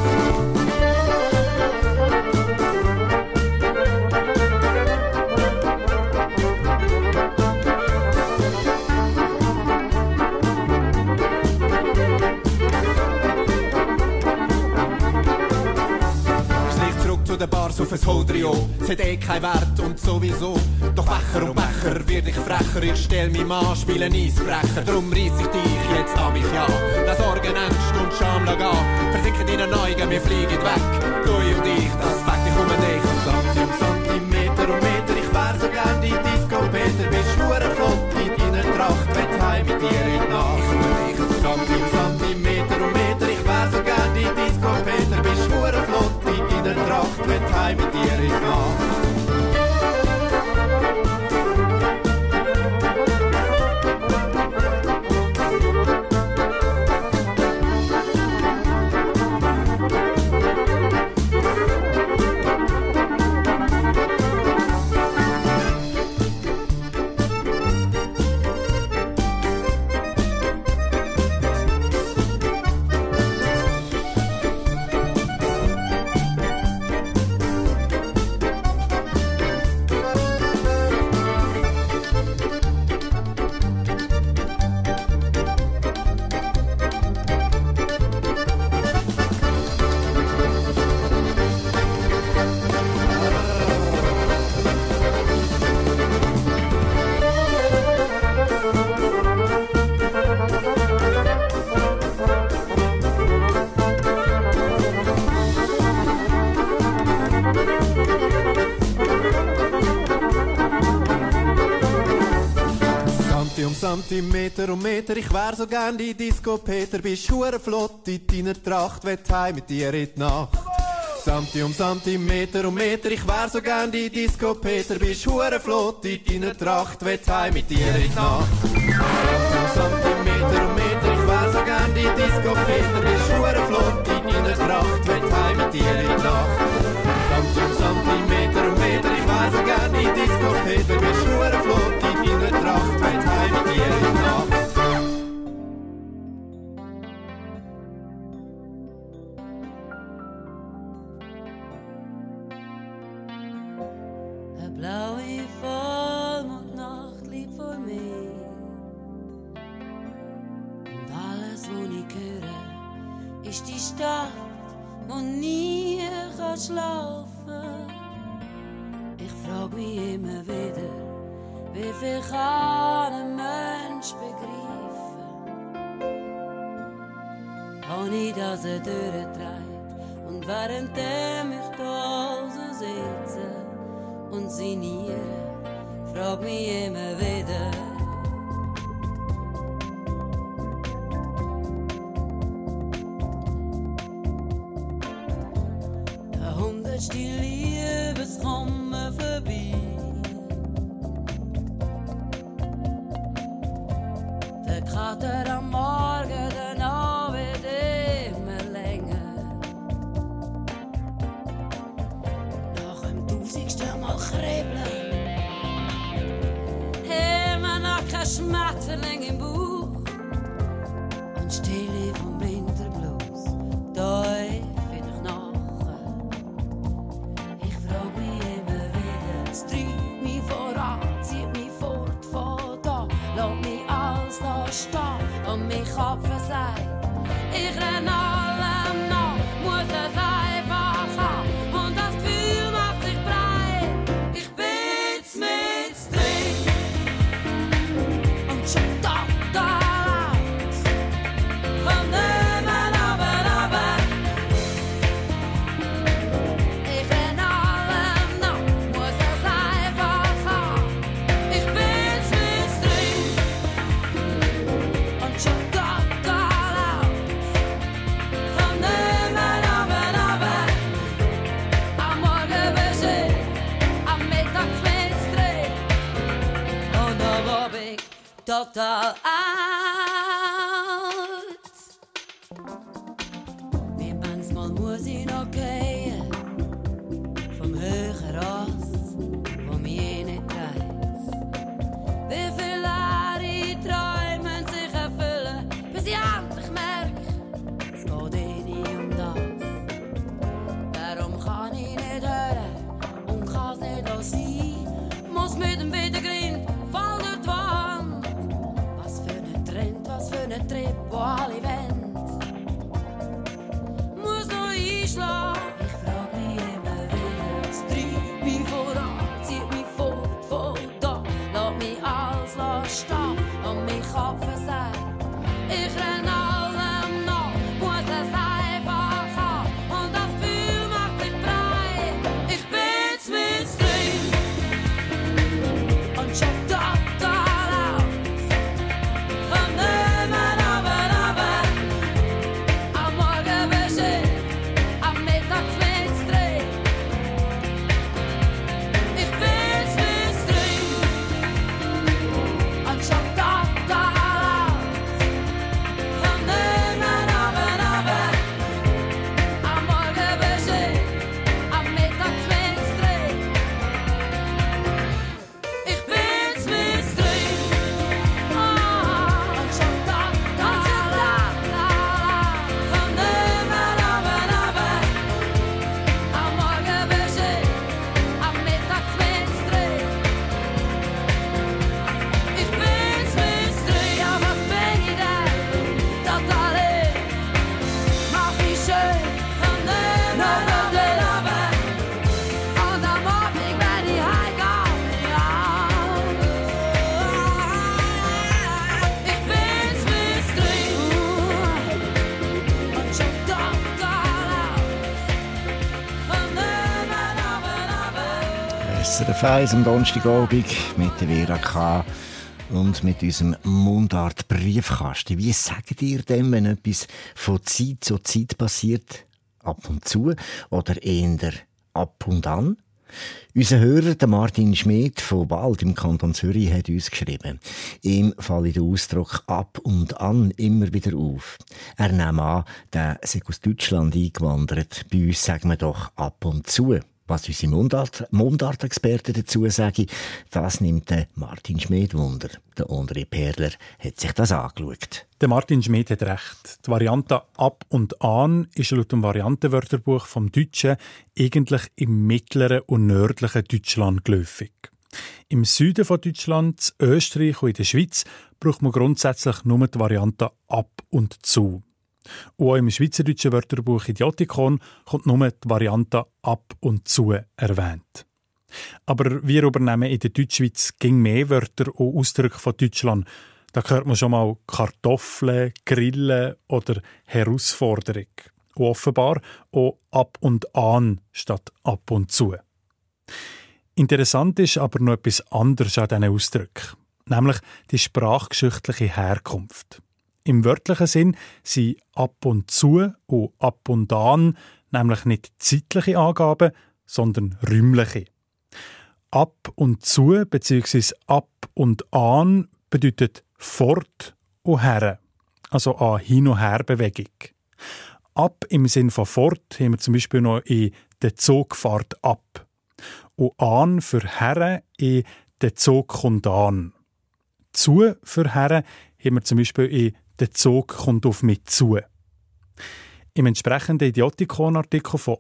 Bars auf ein Holdrio, es hat eh keinen Wert und sowieso. Doch Becher und Becher wird ich frecher, ich stell mich an, spiele Eisbrecher. Drum reiss ich dich jetzt an mich an. Lass Sorgen, Ängste und Scham gehen. Versinken in den Augen, wir fliegen weg. Du und ich, das Fakt, ich komme dich. Santi um Zentimeter um Meter, ich wär so gern die Disco-Peter. Bist nur flott in deiner Tracht, wenn heim mit dir in die Nacht. Santi um Tracht, will heim mit dir in die Nacht. Zentimeter um Meter, ich wär so gern die Disco Peter, bist hure flott in deiner Tracht, will heim mit dir in die Nacht. Zentimeter um Meter, ich wär so gern die Disco Peter, bist hure flott in deiner Tracht, will heim mit dir in die Nacht. Zentimeter um Meter, ich wär so gern die Disco Peter, bist hure flott in deiner Tracht, will heim mit dir in die Nacht. Zentimeter um Meter, ich wär so gern die Disco Peter, bist hure flott in deiner Tracht, will heim mit dir in die Nacht. Blaue Vollmondnacht liegt vor mir und alles, was ich höre, ist die Stadt, wo nie kann schlafen. Ich frag mich immer wieder, wie viel kann ein Mensch begreifen, ohne dass durchtreibt und währenddem ich da so sitze und sinniere, frag mich immer wieder. Der 100. Liebeskommen vorbei. Der Kater am Morgen, der Abend immer länger. Nach dem 1000. Mal kribbeln, immer noch kein Schmetterling im Bauch und Stille vom Winterblues, da find ich nachher. Ich frag mich immer wieder, es treibt mich voran, zieht mich fort von da, lass mich alles da stehen und mich abversagt. Ich renn allem nach, muss es einfach haben und das Gefühl macht sich breit. Ich bin's mit drin und schon total aus und nehmen aber. Ich renn allem nach, muss es einfach haben. Ich bin's mit drin und schon total aus und nehmen aber. Am Morgen beschehen, am Mittag mit drin und am Abend total out. Wie manchmal muss ich noch gehen vom höheren Ross, wo mich nicht trägt. Wie viele leere Träume sich erfüllen, bis ich endlich merke, es geht nicht um das. Darum kann ich nicht hören und kann's nicht auch sein. Muss mit dem Widergrind fall durch die Wand. Was für ein Trend, was für ein Trip, wo alle wollen. Muss noch einschlagen. Ich frag mich immer wieder, es treibt mich voran, zieht mich fort von da, lass mich alles stehen und mich abversagt. Ich renn allem nach, muss es einfach haben und das Gefühl macht sich breit. Ich bin's mit drin und SRF 1 am Donnerstagabend mit der Vera K. und mit unserem Mundart-Briefkasten. Wie sagt ihr denn, wenn etwas von Zeit zu Zeit passiert? Ab und zu oder eher ab und an? Unser Hörer, der Martin Schmidt von Wald im Kanton Zürich, hat uns geschrieben. Ihm falle der Ausdruck «ab und an» immer wieder auf. Er nahm an, der sei aus Deutschland eingewandert. Bei uns sagen wir doch «ab und zu». Was unsere Mundart-Experten dazu sagen, das nimmt der Martin Schmidt Wunder. Der André Perler hat sich das angeschaut. Der Martin Schmidt hat recht. Die Variante «ab und an» ist laut dem Variantenwörterbuch vom Deutschen eigentlich im mittleren und nördlichen Deutschland geläufig. Im Süden von Deutschland, in Österreich und in der Schweiz braucht man grundsätzlich nur die Variante «ab und zu». Und auch im schweizerdeutschen Wörterbuch Idiotikon kommt nur die Variante «ab und zu» erwähnt. Aber wir übernehmen in der Deutschschweiz ging mehr Wörter und Ausdrücke von Deutschland. Da hört man schon mal Kartoffeln, Grillen oder Herausforderung. Und offenbar auch «ab und an» statt «ab und zu». Interessant ist aber noch etwas anderes an diesen Ausdrücken, nämlich die sprachgeschichtliche Herkunft. Im wörtlichen Sinn sind «ab und zu» und «ab und an» nämlich nicht zeitliche Angaben, sondern räumliche. «Ab und zu» bzw. «ab und an» bedeutet «fort» und «her», also eine Hin- und Her-Bewegung. «Ab» im Sinn von «fort» haben wir zum Beispiel noch in «der Zug fährt ab». Und «an» für «her» in «der Zug kommt an». «Zu» für «her» haben wir zum Beispiel in «Der Zug kommt auf mich zu». Im entsprechenden Idiotikon-Artikel von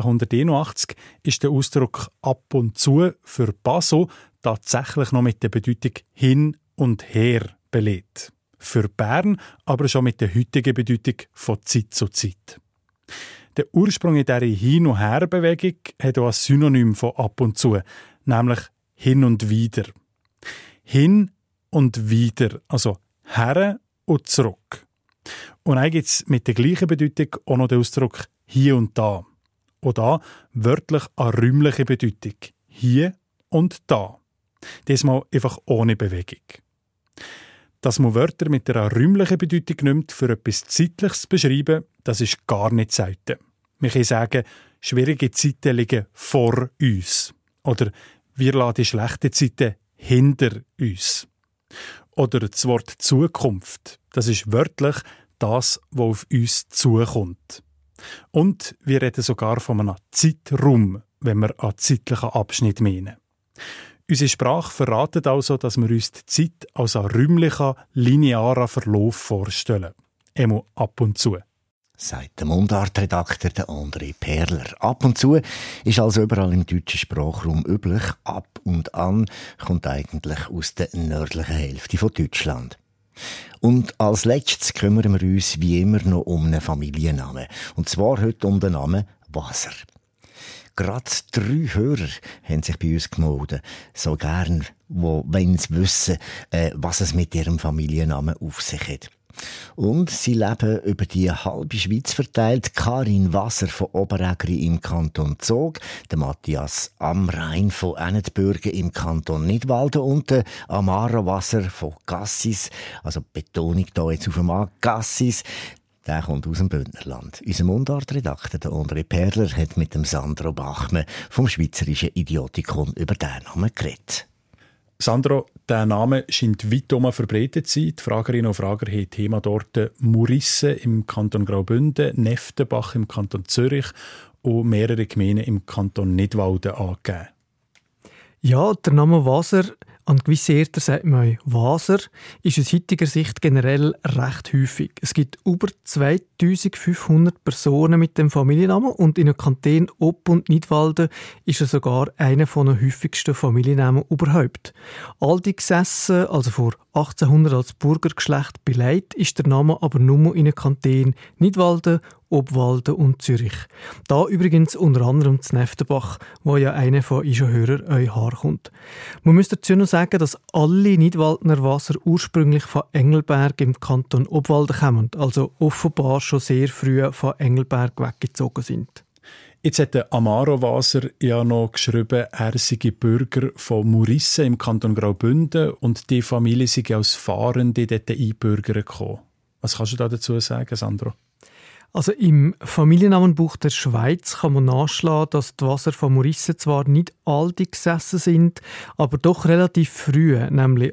1881 ist der Ausdruck «ab und zu» für Basel tatsächlich noch mit der Bedeutung «hin und her» belegt. Für Bern aber schon mit der heutigen Bedeutung von Zeit zu Zeit. Der Ursprung in dieser Hin- und Her-Bewegung hat auch ein Synonym von «ab und zu», nämlich «hin und wieder». Hin und wieder, also «her» und zurück. Und dann gibt es mit der gleichen Bedeutung auch noch den Ausdruck «hier und da». Und da wörtlich eine räumliche Bedeutung. «Hier» und «da». Diesmal einfach ohne Bewegung. Dass man Wörter mit einer räumlichen Bedeutung nimmt, für etwas Zeitliches zu beschreiben, das ist gar nicht selten. Man kann sagen, schwierige Zeiten liegen vor uns. Oder wir lassen die schlechten Zeiten hinter uns. Oder das Wort Zukunft, das ist wörtlich das, was auf uns zukommt. Und wir reden sogar von einem Zeitraum, wenn wir einen zeitlichen Abschnitt meinen. Unsere Sprache verratet also, dass wir uns die Zeit als einen räumlichen, linearen Verlauf vorstellen. Einmal ab und zu. Sagt der Mundartredakteur André Perler. Ab und zu ist also überall im deutschen Sprachraum üblich. Ab und an kommt eigentlich aus der nördlichen Hälfte von Deutschland. Und als letztes kümmern wir uns wie immer noch um einen Familiennamen. Und zwar heute um den Namen Waser. Gerade 3 Hörer haben sich bei uns gemeldet. So gern, wenn sie wissen, was es mit ihrem Familiennamen auf sich hat. Und sie leben über die halbe Schweiz verteilt. Karin Waser von Oberägeri im Kanton Zug, der Matthias Amrein von Ennetbürgen im Kanton Nidwalden und der Amara Waser von Gassis, also Betonung da jetzt auf dem A, Gassis, der kommt aus dem Bündnerland. Unser Mundartredakteur, der André Perler, hat mit dem Sandro Bachmann vom Schweizerischen Idiotikon über diesen Namen geredet. Sandro, der Name scheint weit verbreitet zu sein. Die Fragerinnen und Frager haben Thema dort Murisse im Kanton Graubünden, Neftenbach im Kanton Zürich und mehrere Gemeinden im Kanton Nidwalden angegeben. Ja, der Name Waser, an gewissen Orten sagt man Waser, ist aus heutiger Sicht generell recht häufig. Es gibt über 2500 Personen mit dem Familiennamen und in den Kantonen Ob und Nidwalden ist er sogar einer der häufigsten Familiennamen überhaupt. Aldi-gesessen, also vor 1800 als Burgergeschlecht beleidigt, ist der Name aber nur in den Kantonen Nidwalden, Obwalden und Zürich. Da übrigens unter anderem zu Neftenbach, wo ja einer von unseren Hörern euch herkommt. Man muss dazu noch sagen, dass alle Nidwaldner Wasser ursprünglich von Engelberg im Kanton Obwalden kommen, also offenbar schon sehr früh von Engelberg weggezogen sind. Jetzt hat der Amaro Waser ja noch geschrieben, er sei Bürger von Murisse im Kanton Graubünden und die Familie sei als Fahrende dort einbürgern gekommen. Was kannst du da dazu sagen, Sandro? Also im Familiennamenbuch der Schweiz kann man nachschlagen, dass die Waser von Murisse zwar nicht alte gesessen sind, aber doch relativ früh, nämlich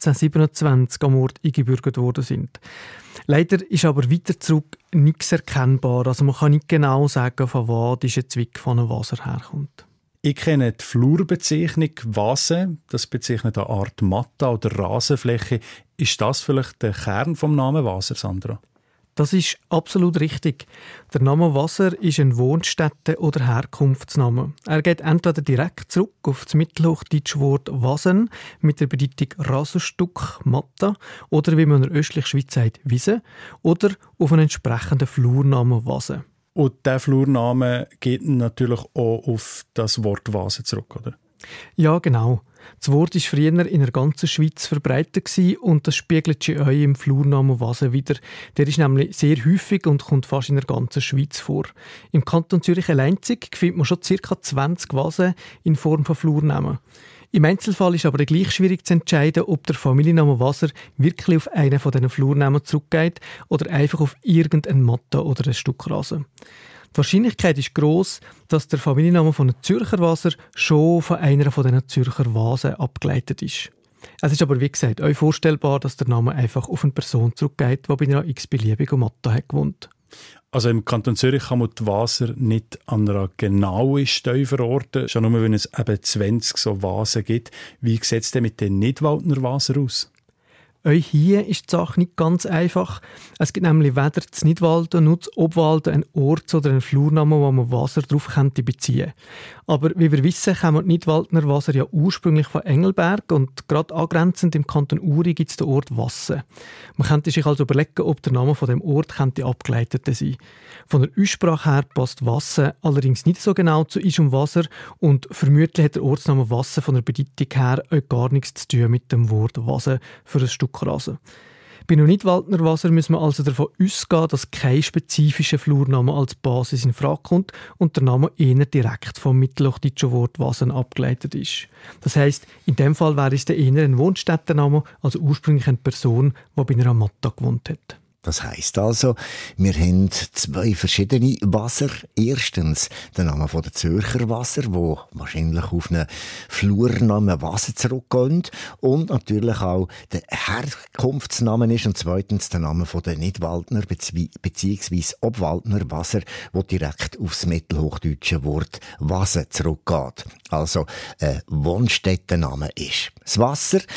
1827 am Ort eingebürgert worden sind. Leider ist aber weiter zurück nichts erkennbar. Also man kann nicht genau sagen, von wo dieser Zwick von einem Waser herkommt. Ich kenne die Flurbezeichnung Vase, das bezeichnet eine Art Matta oder Rasenfläche. Ist das vielleicht der Kern vom Namen Waser, Sandra? Das ist absolut richtig. Der Name Waser ist ein Wohnstätte- oder Herkunftsname. Er geht entweder direkt zurück auf das mittelhochdeutsche Wort Wasen mit der Bedeutung Rasenstück, Matta oder wie man in der östlichen Schweiz sagt, Wiese oder auf einen entsprechenden Flurnamen Vase. Und dieser Flurname geht natürlich auch auf das Wort Vase zurück, oder? Ja, genau. Das Wort war früher in der ganzen Schweiz verbreitet und das spiegelt sich auch im Flurnamen Vase wieder. Der ist nämlich sehr häufig und kommt fast in der ganzen Schweiz vor. Im Kanton Zürich-Lenzig findet man schon ca. 20 Vasen in Form von Flurnamen. Im Einzelfall ist aber gleich schwierig zu entscheiden, ob der Familienname Waser wirklich auf einen von diesen Flurnamen zurückgeht oder einfach auf irgendein Matta oder ein Stück Rasen. Die Wahrscheinlichkeit ist gross, dass der Familienname von einem Zürcher Waser schon von einer von diesen Zürcher Vasen abgeleitet ist. Es ist aber wie gesagt auch vorstellbar, dass der Name einfach auf eine Person zurückgeht, die bei einer x-beliebigen Matta hat gewohnt. Also im Kanton Zürich kann man die Vaser nicht an einer genauen Stelle verorten, schon nur wenn es eben 20 so Vasen gibt. Wie sieht es denn mit den Nidwaldner Vaser aus? Auch hier ist die Sache nicht ganz einfach. Es gibt nämlich weder das Nidwalden noch das Obwalden einen Ort oder einen Flurnamen, wo man Waser drauf könnte beziehen. Aber wie wir wissen, kommen die Nidwaldner Waser ja ursprünglich von Engelberg und gerade angrenzend im Kanton Uri gibt es den Ort Wassen. Man könnte sich also überlegen, ob der Name von dem Ort könnte abgeleitet sein. Von der Aussprache her passt Wassen allerdings nicht so genau zu Isch und Wasser und vermutlich hat der Ortsname Wassen von der Bedeutung her auch gar nichts zu tun mit dem Wort Wasen für ein Stück Rasen. Bei einem Nidwaldner Waser müssen wir also davon ausgehen, dass kein spezifischer Flurname als Basis in Frage kommt und der Name eher direkt vom mittelhochdeutschen Wort Wasen abgeleitet ist. Das heisst, in dem Fall wäre es eher ein Wohnstättenname, also ursprünglich eine Person, die bei einer Matta gewohnt hat. Das heisst also, wir haben zwei verschiedene Wasser. Erstens der Name der Zürcher Wasser, wo wahrscheinlich auf einen Flurnamen Wasser zurückgeht. Und natürlich auch der Herkunftsname ist. Und zweitens der Name der Nidwaldner bzw. Obwaldner Wasser, wo direkt aufs mittelhochdeutsche Wort Wasser zurückgeht. Also ein Wohnstättenname ist. Das Wassers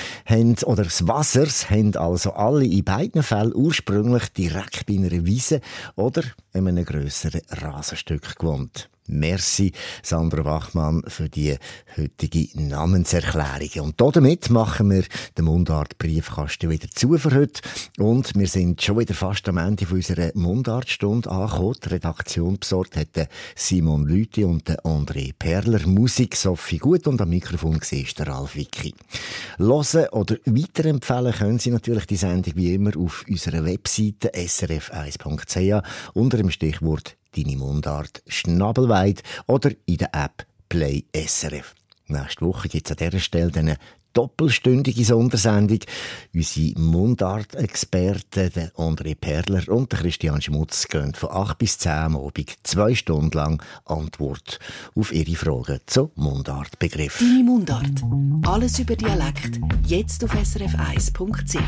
haben also alle in beiden Fällen ursprünglich direkt bei einer Wiese oder in einem grösseren Rasenstück gewohnt. Merci, Sandra Wachmann, für die heutige Namenserklärung. Und damit machen wir den Mundart-Briefkasten wieder zu für heute. Und wir sind schon wieder fast am Ende unserer Mundartstunde angekommen. Die Redaktion besorgt hat Simon Lüthi und André Perler. Musik Sophie Gut und am Mikrofon war der Ralf Wicki. Hören oder weiterempfehlen können Sie natürlich die Sendung wie immer auf unserer Webseite srf1.ch unter dem Stichwort «Deine Mundart schnabelweit» oder in der App Play SRF. Nächste Woche gibt es an dieser Stelle eine doppelstündige Sondersendung. Unsere Mundart-Experten, André Perler und Christian Schmutz, gehen von 8 bis 10 am Abend 2 Stunden lang Antwort auf Ihre Fragen zu Mundartbegriffen. Deine Mundart. Alles über Dialekt. Jetzt auf srf1.ch.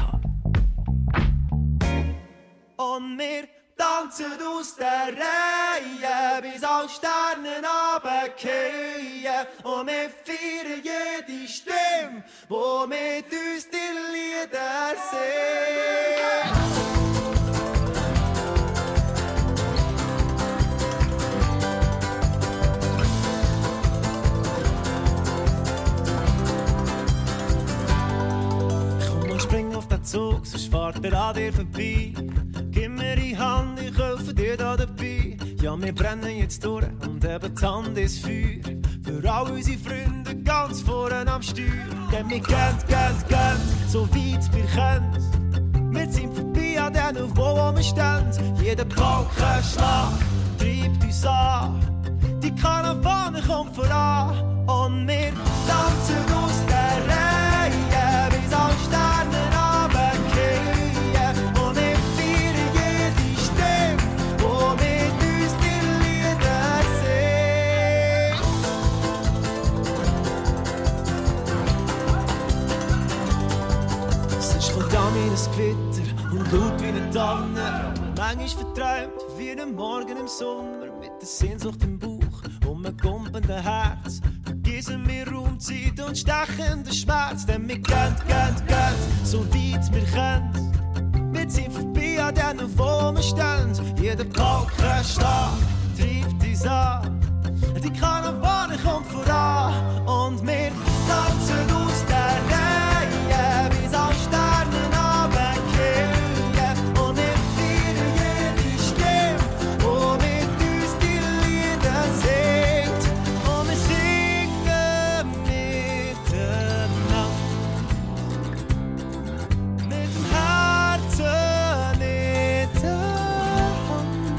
Und wir tanzen aus der Reihe, bis alle Sterne runterfallen. Und wir feiern jede Stimme, die mit uns die Lieder singt. Komm und spring auf den Zug, sonst fährt er an dir vorbei. Gib mir die Hand, ich helfe dir da dabei. Ja, wir brennen jetzt durch und eben die Hand ins Feuer. Für all unsere Freunde ganz vorne am Steuer. Denn wir gehen, so weit wir können. Wir sind vorbei an denen, wo wir stehen. Jeder Paukenschlag treibt uns an. Die Karawane kommt voran und wir tanzen aus der Reihe, bis alle Sterne runterfallen. Und wir feiern jede Stimme, wo mit uns die Lieder singt. Es ist verdammt wie ein Gewitter und laut wie eine Tanne. Manchmal verträumt wie ein Morgen im Sommer mit der Sehnsucht im Bauch und einem kumpelnden Herz. Vergessen wir Raum, Zeit und stechenden Schmerz, denn wir gehen, so weit wir können. Wir ziehen vorbei an denen, wo wir stehen. Jeder Polkenschlag treibt uns an. Die Karawane kommt voran und wir tanzen aus der Reihe, bis alle Sterne runterfallen. Und wir feiern jede Stimme, wo mit uns die Lieder singt. Und wir singen miteinander, mit dem Herzen in der Hand,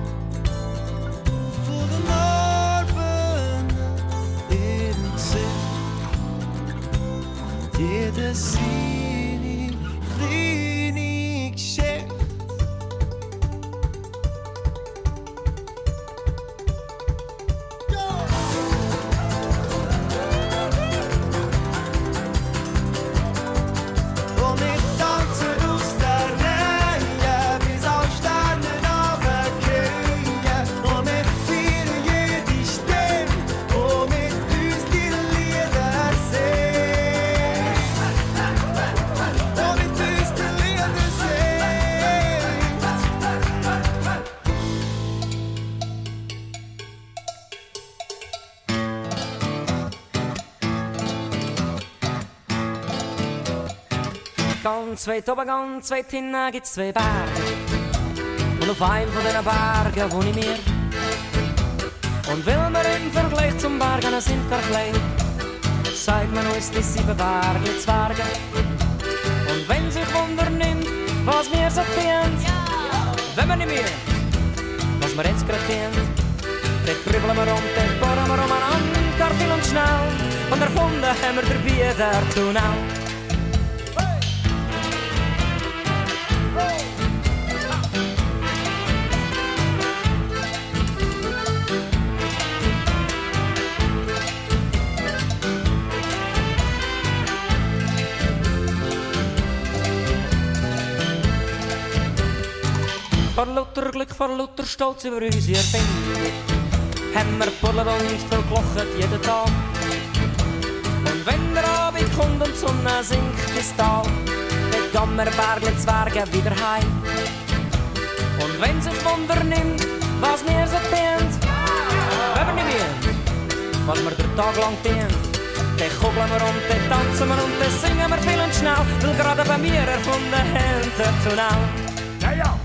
vor den Narben im Gesicht. Jeder seine kleine Geschichte. Und wir tanzen aus der Reihe, bis alle Sterne runterfallen. Und wir feiern jede Stimme, wo mit uns die Lieder singt. Wo mit uns die Lieder singt. Ganz weit oben, ganz weit hinten gibt's 2 Berge. Und auf einem von diesen Bergen wohne ich mir. Und weil wir im Vergleich zum Bergen sind gar klein, sagt man uns die 7 Berge Zwerge. Und wenn sich Wunder nimmt, was mir so dient, wenn wir nicht mehr, was wir jetzt gerade dient, dann kribbeln wir dann bohren wir umeinander, gar viel und schnell. Und erfunden haben wir dabei der Tunnel. Vor lauter Glück, vor lauter Stolz über unsere Erfindung haben wir pullert und verglochen jeden Tag. Und wenn der Abend kommt und die Sonne sinkt ins Tal, dann gehen wir Bergle Zwerge wieder heim. Und wenn sich Wunder nimmt, was mir so dient, wenn wir nicht mehr, was wir den Tag lang dient, dann kugeln wir und dann tanzen wir und dann singen wir viel und schnell, weil gerade bei mir erfunden haben der Tunnel. Ja, ja.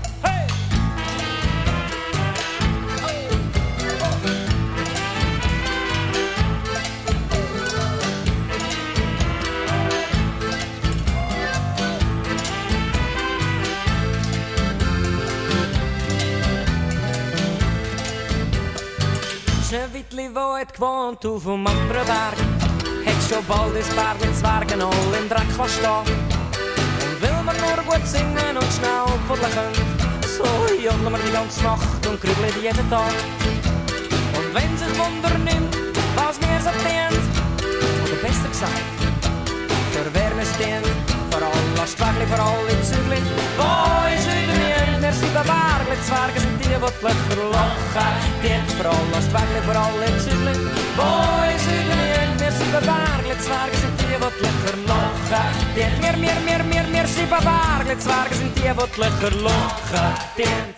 Schneewittli, wo hat gewohnt auf dem anderen Berg, hat schon bald ins Berg mit Zwergen all im Dreck stehen. Und weil wir nur gut singen und schnell puddeln können, so jodeln wir die ganze Nacht und grübeln jeden Tag. Und wenn sich Wunder nimmt, was mir so dient, oder besser gesagt, für wer es dient, für alle Stwergli, für alle Zügli, wo ist wieder mir, wir sind bei Bergle Zwerge, sind die Löcher lachen, dient für alle Stwergli, für alle Zügli, wo ist wieder mir, wir sind bei Bergle Zwerge, sind die Löcher lachen, dient wir sind bei Bergle Zwerge, sind die Löcher lachen, dient.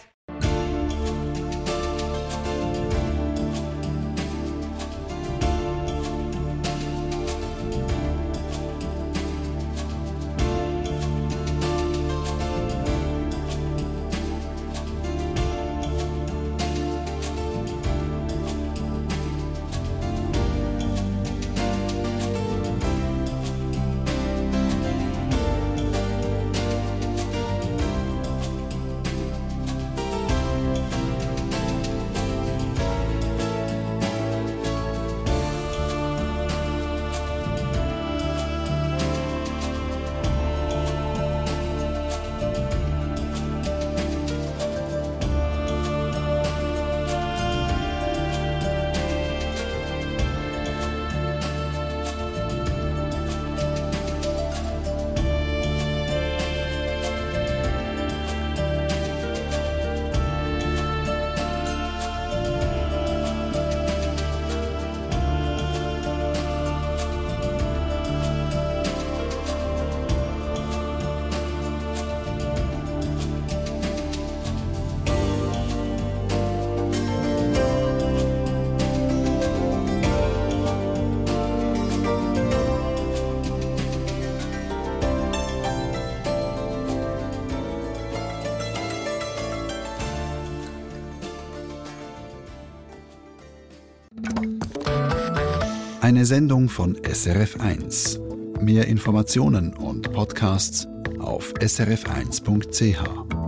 Eine Sendung von SRF1. Mehr Informationen und Podcasts auf srf1.ch.